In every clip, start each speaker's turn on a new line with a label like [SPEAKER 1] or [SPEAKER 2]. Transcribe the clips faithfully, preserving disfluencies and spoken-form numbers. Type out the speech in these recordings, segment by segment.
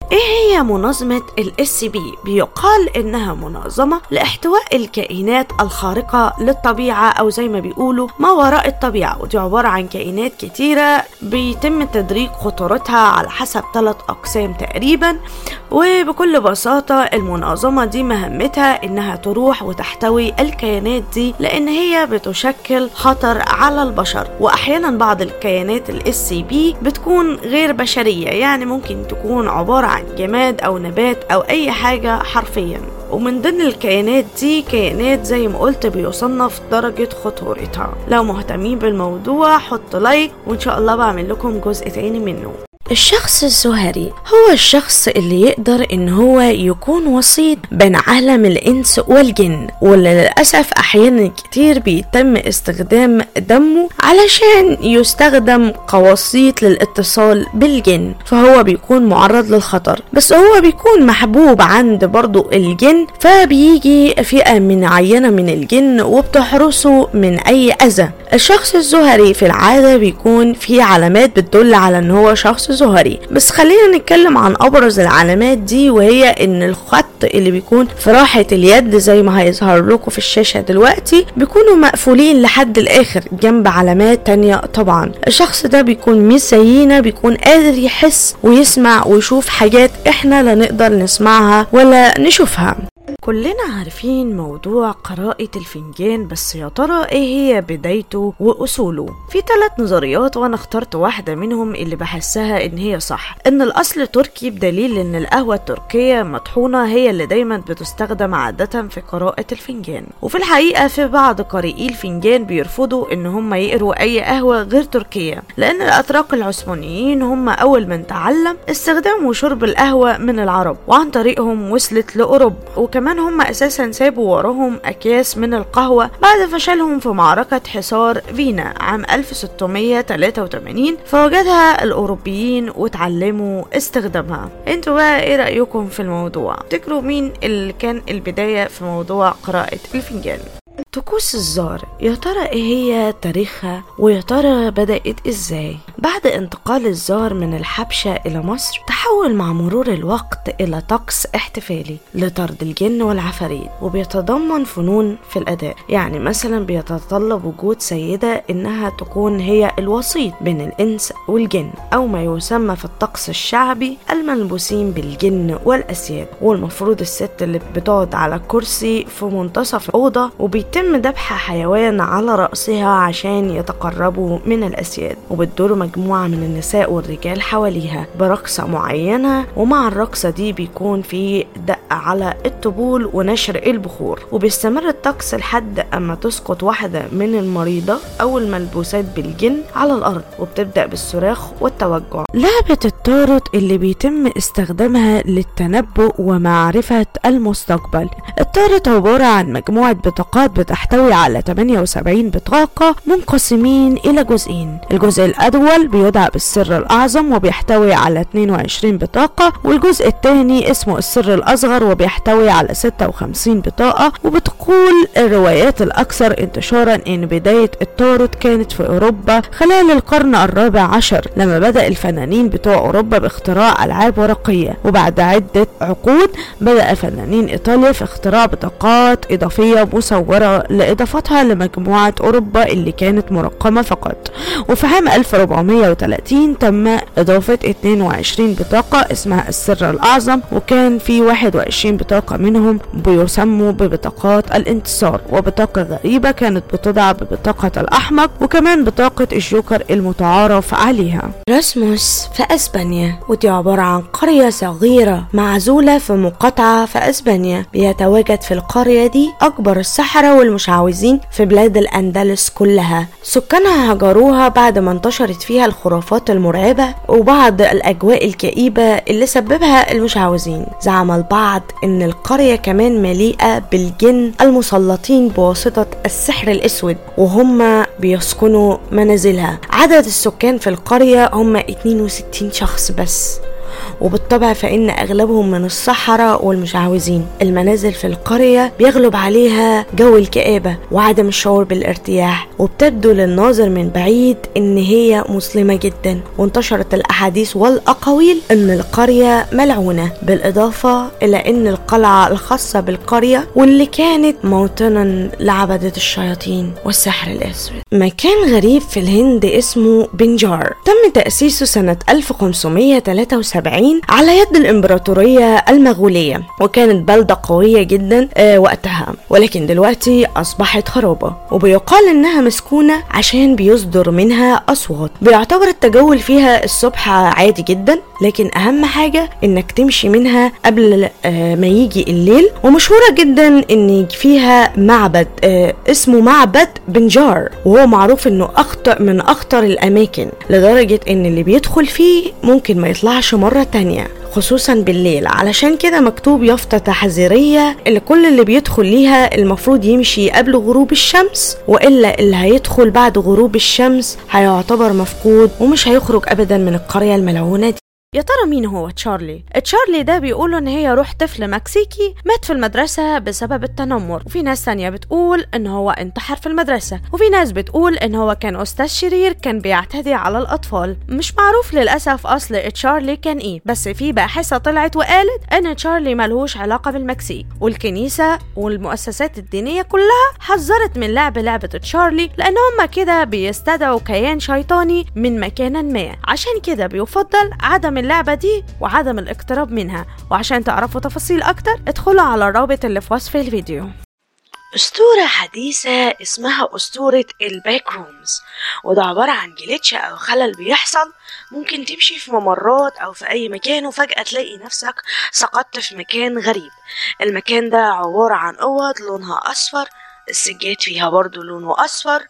[SPEAKER 1] ايه هي منظمة ال إس بي؟ بيقال انها منظمة لاحتواء الكائنات الخارقة للطبيعة او زي ما بيقولوا ما وراء الطبيعة، ودي عبارة عن كائنات كتيرة بيتم تدريج خطورتها على حسب ثلاث اقسام تقريبا. وبكل بساطة المنظمة دي مهمتها انها تروح وتحتوي الكائنات دي لان هي بتشكل خطر على البشر، واحيانا بعض الكائنات ال إس بي بتكون غير بشرية، يعني ممكن تكون عبارة عن جماد او نبات او اي حاجة حرفيا. ومن ضمن الكائنات دي كائنات زي ما قلت بيصنف درجة خطورتها. لو مهتمين بالموضوع حط لايك وان شاء الله بعمل لكم جزء تاني منه. الشخص الزهري هو الشخص اللي يقدر ان هو يكون وسيط بين عالم الانس والجن، وللأسف احيانا كتير بيتم استخدام دمه علشان يستخدم كوسيط للاتصال بالجن، فهو بيكون معرض للخطر. بس هو بيكون محبوب عند برضو الجن، فبيجي فئة من عينة من الجن وبتحرسه من اي اذى. الشخص الزهري في العادة بيكون في علامات بتدل على ان هو شخص زهري، بس خلينا نتكلم عن ابرز العلامات دي، وهي ان الخط اللي بيكون في راحة اليد زي ما هيظهر لكم في الشاشة دلوقتي بيكونوا مقفولين لحد الاخر جنب علامات تانية. طبعا الشخص ده بيكون مش زينا، بيكون قادر يحس ويسمع ويشوف حاجات احنا لا نقدر نسمعها ولا نشوفها. كلنا عارفين موضوع قراءة الفنجان، بس يا ترى ايه هي بدايته واصوله؟ في ثلاث نظريات وانا اخترت واحدة منهم اللي بحسها ان هي صح. ان الاصل تركي بدليل ان القهوة التركية مطحونة هي اللي دايما بتستخدم عادة في قراءة الفنجان. وفي الحقيقة في بعض قارئي الفنجان بيرفضوا ان هم يقروا اي قهوة غير تركية، لان الاتراك العثمانيين هم اول من تعلم استخدام وشرب القهوة من العرب، وعن طريقهم وصلت لاوروبا. وكمان هم اساسا سابوا وراهم اكياس من القهوة بعد فشلهم في معركة حصار فينا عام ألف وستمية وتلاتة وتمانين، فوجدها الاوروبيين وتعلموا استخدامها. انتوا بقى ايه رأيكم في الموضوع؟ تفتكروا مين اللي كان البداية في موضوع قراءة الفنجان؟ طقوس الزار، يا ترى ايه هي تاريخها ويا ترى بدأت ازاي؟ بعد انتقال الزار من الحبشة الى مصر تحول مع مرور الوقت الى طقس احتفالي لطرد الجن والعفاريت، وبيتضمن فنون في الاداء. يعني مثلا بيتطلب وجود سيدة انها تكون هي الوسيط بين الانس والجن، او ما يسمى في الطقس الشعبي الملبوسين بالجن والاسياد. والمفروض الست اللي بتقعد على كرسي في منتصف الاوضة، وبيتم ذبح حيوان على رأسها عشان يتقربوا من الأسياد، وبتدور مجموعة من النساء والرجال حواليها برقصة معينة، ومع الرقصة دي بيكون في دق على الطبول ونشر البخور. وبيستمر الطقس لحد أما تسقط واحدة من المريضة أو الملبوسات بالجن على الأرض، وبتبدأ بالصراخ والتوجع. لعبة التاروت اللي بيتم استخدامها للتنبؤ ومعرفة المستقبل. التاروت عبارة عن مجموعة بطاقات بتحتوي على ثمانية وسبعين بطاقة منقسمين إلى جزئين. الجزء الأول بيدعى بالسر الأعظم وبيحتوي على اثنين وعشرين بطاقة، والجزء الثاني اسمه السر الأصغر وبيحتوي على ستة وخمسين بطاقة. وبتقول الروايات الأكثر انتشارا إن بداية التاروت كانت في أوروبا خلال القرن الرابع عشر، لما بدأ الفنانين بتوع أوروبا باختراع ألعاب ورقية. وبعد عدة عقود بدأ فنانين إيطاليا في اختراع بطاقات إضافية مصورة لإضافتها لمجموعة أوروبا اللي كانت مرقمة فقط. وفي عام ألف وأربعمية وثلاثين تم إضافة اثنين وعشرين بطاقة اسمها السر الأعظم، وكان في واحد وعشرين بطاقة منهم بيسموا ببطاقات الانتصار، وبطاقة غريبة كانت بتدعى ببطاقة الأحمق، وكمان بطاقة الجوكر المتعارف عليها. راسموس في أسبانيا، ودي عبارة عن قرية صغيرة معزولة في مقاطعة في أسبانيا. بيتواجد في القرية دي أكبر السحرة والمشعوذين في بلاد الأندلس كلها. سكانها هجروها بعد ما انتشرت فيها الخرافات المرعبة وبعض الأجواء الكئيبة اللي سببها المشعوذين. زعم البعض إن القرية كمان مليئة بالجن المسلطين بواسطة السحر الأسود، وهم بيسكنوا منازلها. عدد السكان في القرية هم اثنين وستين شخص بس، وبالطبع فإن أغلبهم من الصحراء والمشعوذين. المنازل في القرية بيغلب عليها جو الكآبة وعدم الشعور بالارتياح، وبتبدو للناظر من بعيد إن هي مسلمة جدا. وانتشرت الأحاديث والأقاويل إن القرية ملعونة، بالإضافة إلى إن القلعة الخاصة بالقرية واللي كانت موطنا لعبدة الشياطين والسحر الأسود. مكان غريب في الهند اسمه بنجار، تم تأسيسه سنة ألف وخمسمائة وثلاثة وسبعين على يد الإمبراطورية المغولية، وكانت بلدة قوية جدا آه وقتها، ولكن دلوقتي أصبحت خرابة، وبيقال إنها مسكونة عشان بيصدر منها أصوات. بيعتبر التجول فيها الصبح عادي جدا، لكن أهم حاجة إنك تمشي منها قبل آه ما يجي الليل. ومشهورة جدا إن فيها معبد آه اسمه معبد بنجار، وهو معروف إنه أخطر من أخطر الأماكن، لدرجة إن اللي بيدخل فيه ممكن ما يطلعش مرة تانية، خصوصا بالليل. علشان كده مكتوب يافطة تحذيرية اللي كل اللي بيدخل ليها المفروض يمشي قبل غروب الشمس، وإلا اللي هيدخل بعد غروب الشمس هيعتبر مفقود ومش هيخرج أبدا من القرية الملعونة دي. يا ترى مين هو تشارلي؟ تشارلي ده بيقولوا ان هي روح طفل مكسيكي مات في المدرسة بسبب التنمر، وفي ناس ثانية بتقول ان هو انتحر في المدرسة، وفي ناس بتقول ان هو كان استاذ شرير كان بيعتدي على الاطفال. مش معروف للاسف اصل تشارلي كان ايه، بس في باحثة طلعت وقالت ان تشارلي ملهوش علاقة بالمكسيك، والكنيسة والمؤسسات الدينية كلها حذرت من لعب لعبة تشارلي، لان هم كده بيستدعوا كيان شيطاني من مكان ما. عشان كده بيفضل عدم اللعبة دي وعدم الاقتراب منها. وعشان تعرفوا تفاصيل اكتر ادخلوا على الرابط اللي في وصف الفيديو. أسطورة حديثة اسمها أسطورة الباك رومز، وده عبارة عن جليتش أو خلل بيحصل. ممكن تمشي في ممرات أو في أي مكان وفجأة تلاقي نفسك سقطت في مكان غريب. المكان ده عبارة عن أوض لونها أصفر، السجاد فيها برضو لونه أصفر،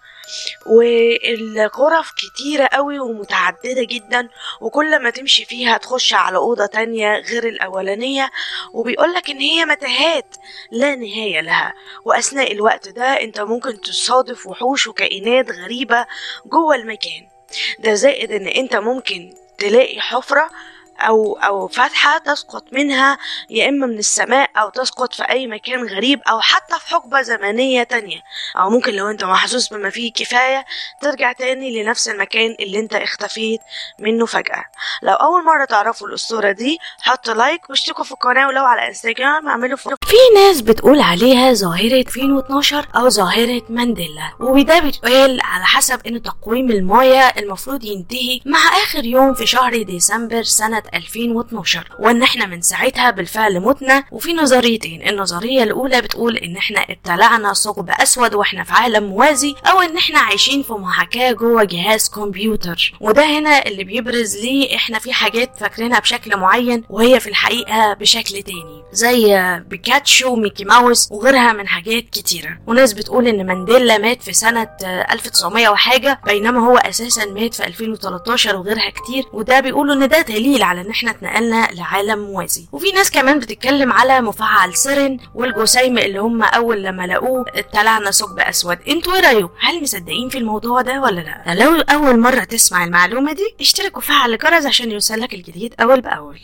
[SPEAKER 1] والغرف كتيرة قوي ومتعددة جدا، وكل ما تمشي فيها تخش على أوضة تانية غير الأولانية، وبيقولك إن هي متاهات لا نهاية لها. وأثناء الوقت ده أنت ممكن تصادف وحوش وكائنات غريبة جوه المكان ده، زائد إن أنت ممكن تلاقي حفرة أو أو فتحة تسقط منها، يا إما من السماء أو تسقط في أي مكان غريب، أو حتى في حقبة زمنية تانية، أو ممكن لو أنت محسوس بما فيه كفاية ترجع تاني لنفس المكان اللي أنت اختفيت منه فجأة. لو أول مرة تعرفوا الأسطورة دي حطوا لايك واشتركوا في القناة، ولو على انستجرام اعملوا فولو. في ناس بتقول عليها ظاهرة ألفين واثناشر أو ظاهرة مانديلا، وده بيتقال على حسب إن تقويم المايا المفروض ينتهي مع آخر يوم في شهر ديسمبر سنة ألفين واثناشر، وان احنا من ساعتها بالفعل متنا. وفي نظريتين، النظرية الاولى بتقول ان احنا ابتلعنا ثقب اسود واحنا في عالم موازي، او ان احنا عايشين في محاكاة جوه جهاز كمبيوتر، وده هنا اللي بيبرز ليه احنا في حاجات فاكرينها بشكل معين وهي في الحقيقة بشكل تاني، زي بيكاتشو وميكي ماوس وغيرها من حاجات كتيرة. وناس بتقول ان مانديلا مات في سنة ألف وتسعمائة وحاجة، بينما هو اساسا مات في ألفين وثلاثة عشر وغيرها كتير، وده بيقولوا ان ده دليل على ان احنا اتنقلنا لعالم موازي. وفي ناس كمان بتتكلم على مفاعل سيرن والجسيم اللي هم اول لما لقوه اتلعنا ثقب اسود. انتوا ايه رايكم؟ هل مصدقين في الموضوع ده ولا لا؟ لو اول مره تسمع المعلومه دي اشترك وفعل الجرس عشان يوصلك الجديد اول باول.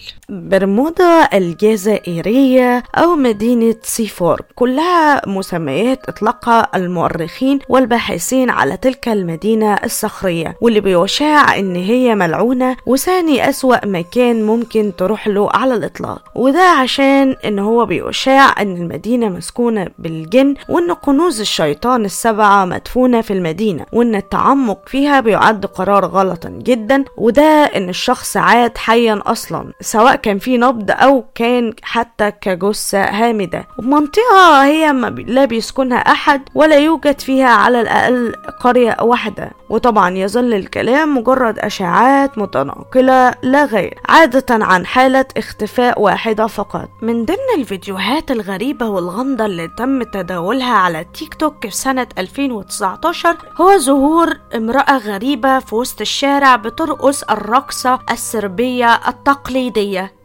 [SPEAKER 1] برمودا الجزائريه او مدينه سيفور كلها مسميات اطلقها المؤرخين والباحثين على تلك المدينه الصخريه، واللي بيشاع ان هي ملعونه وثاني اسوأ مكان ممكن تروح له على الإطلاق. وده عشان إن هو بيشاع إن المدينة مسكونة بالجن، وإن كنوز الشيطان السبعة مدفونة في المدينة، وإن التعمق فيها بيعد قرار غلطا جدا، وده إن الشخص عاد حيا أصلا سواء كان فيه نبض أو كان حتى كجثة هامدة. ومنطقة هي لا بيسكنها أحد ولا يوجد فيها على الأقل قرية واحدة، وطبعا يظل الكلام مجرد أشاعات متناقلة لا غير، عادة عن حالة اختفاء واحدة فقط. من ضمن الفيديوهات الغريبة والغامضة اللي تم تداولها على التيك توك في سنة ألفين وتسعة عشر هو ظهور امرأة غريبة في وسط الشارع بترقص الرقصة السربية التقليدية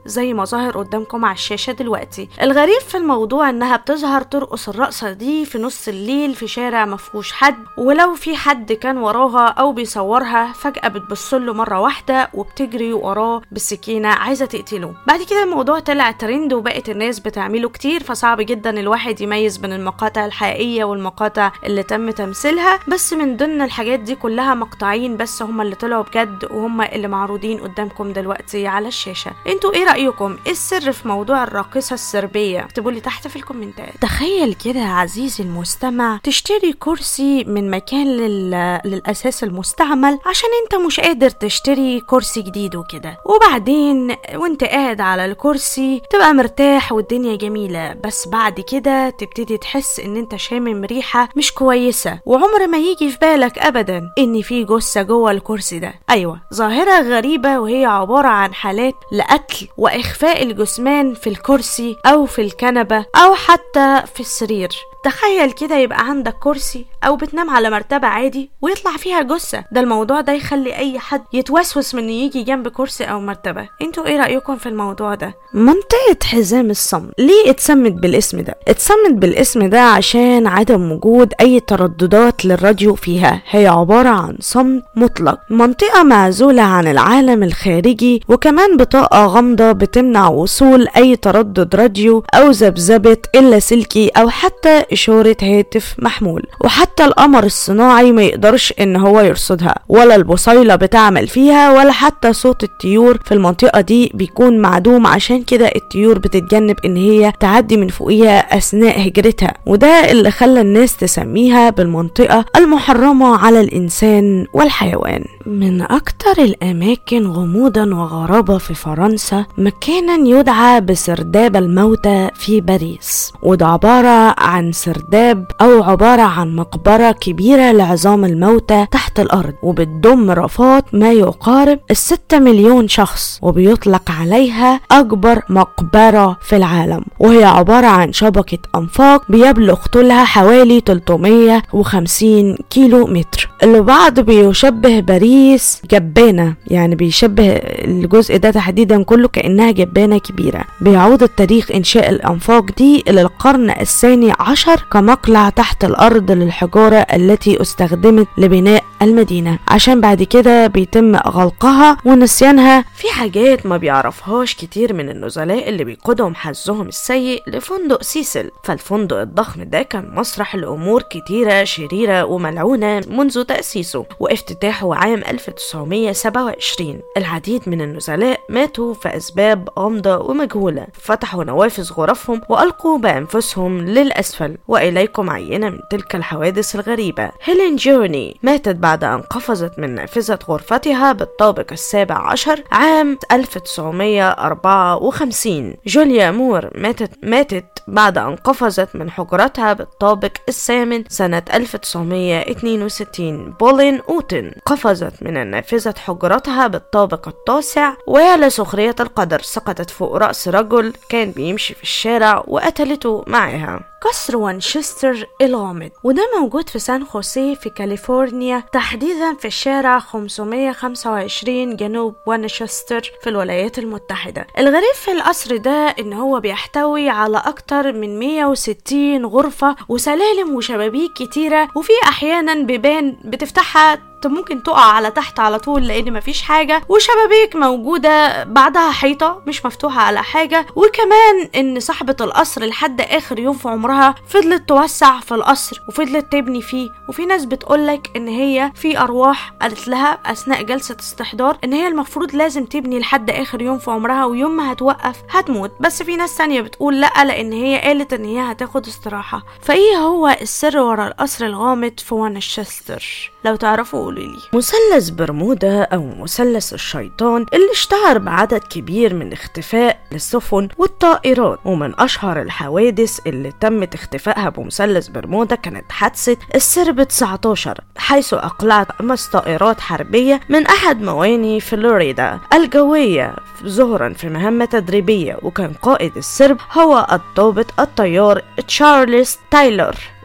[SPEAKER 1] زي ما ظاهر قدامكم على الشاشة دلوقتي. الغريب في الموضوع انها بتظهر ترقص الرقصة دي في نص الليل في شارع مفهوش حد، ولو في حد كان وراها او بيصورها فجأة بتبصله مرة واحدة وبتجري وراه بالسكينة عايزة تقتله. بعد كده الموضوع طلع ترند وبقت الناس بتعمله كتير، فصعب جدا الواحد يميز بين المقاطع الحقيقية والمقاطع اللي تم تمثيلها. بس من ضمن الحاجات دي كلها مقطعين بس هم اللي طلعوا بجد وهم اللي معروضين قدامكم دلوقتي على الشاشة. انتوا ايه رأيكم؟ ايه السر في موضوع الراقصة السربية؟ اكتبوا لي تحت في الكومنتات. تخيل كده عزيزي المستمع تشتري كرسي من مكان لل... للأساس المستعمل عشان انت مش قادر تشتري كرسي جديد وكده، وبعدين وانت قاعد على الكرسي تبقى مرتاح والدنيا جميلة، بس بعد كده تبتدي تحس ان انت شامم ريحة مش كويسة، وعمر ما يجي في بالك ابدا ان في جثة جوه الكرسي ده. ايوه، ظاهرة غريبة وهي عبارة عن حالات لقتل واخفاء الجثمان في الكرسي او في الكنبة او حتى في السرير. تخيل كده يبقى عندك كرسي او بتنام على مرتبة عادي ويطلع فيها جثة، ده الموضوع ده يخلي اي حد يتوسوس من يجي جنب كرسي او مرتبة. انتوا ايه رأيكم في الموضوع ده؟ منطقة حزام الصمت ليه اتسمت بالاسم ده؟ اتسمت بالاسم ده عشان عدم وجود اي ترددات للراديو فيها، هي عبارة عن صمت مطلق، منطقة معزولة عن العالم الخارجي، وكمان بطاقة غامضة بتمنع وصول اي تردد راديو او ذبذبة الا سلكي او حتى إشارة هاتف محمول، وحتى القمر الصناعي ما يقدرش ان هو يرصدها، ولا البصيلة بتعمل فيها، ولا حتى صوت الطيور في المنطقة دي بيكون معدوم، عشان كده الطيور بتتجنب ان هي تعدي من فوقيها اثناء هجرتها، وده اللي خلى الناس تسميها بالمنطقة المحرمة على الانسان والحيوان. من اكتر الاماكن غموضا وغرابة في فرنسا مكانا يدعى بسرداب الموتى في باريس، وده عبارة عن سرداب او عبارة عن مقبرة كبيرة لعظام الموتى تحت الارض، وبتضم رفات ما يقارب الستة مليون شخص، وبيطلق عليها اكبر مقبرة في العالم، وهي عبارة عن شبكة انفاق بيبلغ طولها حوالي ثلاثمية وخمسين كيلو متر. البعض بيشبه باريس جبانة، يعني بيشبه الجزء ده تحديدا كله كأنها جبانة كبيرة. بيعود التاريخ انشاء الانفاق دي الى القرن الثاني عشر كمقلع تحت الارض للحجارة التي استخدمت لبناء المدينة، عشان بعد كده بيتم غلقها ونسيانها. في حاجات ما بيعرفهاش كتير من النزلاء اللي بيقودهم حظهم السيء لفندق سيسل، فالفندق الضخم ده كان مسرح لأمور كتيرة شريرة وملعونة منذ تأسيسه وافتتاحه عام ألف وتسعمية سبعة وعشرين. العديد من النزلاء ماتوا في أسباب غامضة ومجهولة، فتحوا نوافذ غرفهم وألقوا بأنفسهم للأسفل. وإليكم عينة من تلك الحوادث الغريبة. هيلين جورني ماتت بعد أن قفزت من نافذة غرفتها بالطابق السابع عشر عام ألف وتسعمية أربعة وخمسين. جوليا مور ماتت ماتت بعد أن قفزت من حجرتها بالطابق الثامن سنة ألف وتسعمية اتنين وستين. بولين أوتن قفزت من النافذة حجرتها بالطابق التاسع، ويا لسخرية القدر سقطت فوق رأس رجل كان بيمشي في الشارع وقتلته معها. قصر وانشستر الغامض، وده موجود في سان خوسيه في كاليفورنيا، تحديدا في الشارع خمسمية وخمسة وعشرين جنوب وانشستر في الولايات المتحدة. الغريب في القصر ده ان هو بيحتوي على اكتر من مية وستين غرفة وسلالم وشبابيك كتيرة، وفي احيانا بيبان بتفتحها ممكن تقع على تحت على طول لان مفيش حاجة، وشبابيك موجودة بعدها حيطة مش مفتوحة على حاجة. وكمان ان صاحبة القصر لحد اخر يوم في عمرها فضلت توسع في القصر وفضلت تبني فيه، وفي ناس بتقولك ان هي في ارواح قالت لها اثناء جلسة استحضار ان هي المفروض لازم تبني لحد اخر يوم في عمرها، ويوم ما هتوقف هتموت. بس في ناس تانية بتقول لا، لان هي قالت ان هي هتاخد استراحة. فايه هو السر ورا القصر الغامض في وانشستر؟ لو تعرفوا قولوا لي. مثلث برمودا او مثلث الشيطان اللي اشتهر بعدد كبير من اختفاء السفن والطائرات، ومن اشهر الحوادث اللي تمت اختفائها بمثلث برمودا كانت حادثة السرب تسعتاشر، حيث اقلعت خمس طائرات حربية من احد مواني فلوريدا الجوية ظهرا في مهمة تدريبية، وكان قائد السرب هو الضابط الطيار تشارلز تايلر.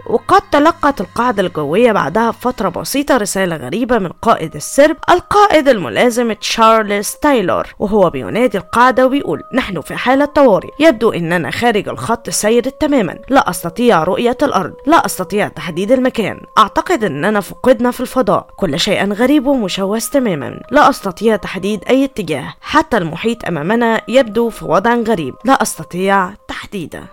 [SPEAKER 1] وقد تلقت القاعدة الجوية بعدها بفترة بسيطة رسالة غريبة من قائد السرب القائد الملازم تشارلز تايلور، وهو بينادي القاعدة وبيقول: نحن في حالة طوارئ، يبدو أننا خارج الخط السير تماما، لا أستطيع رؤية الأرض، لا أستطيع تحديد المكان، أعتقد أننا فقدنا في الفضاء، كل شيء غريب ومشوش تماما، لا أستطيع تحديد أي اتجاه، حتى المحيط أمامنا يبدو في وضع غريب، لا أستطيع تحديده.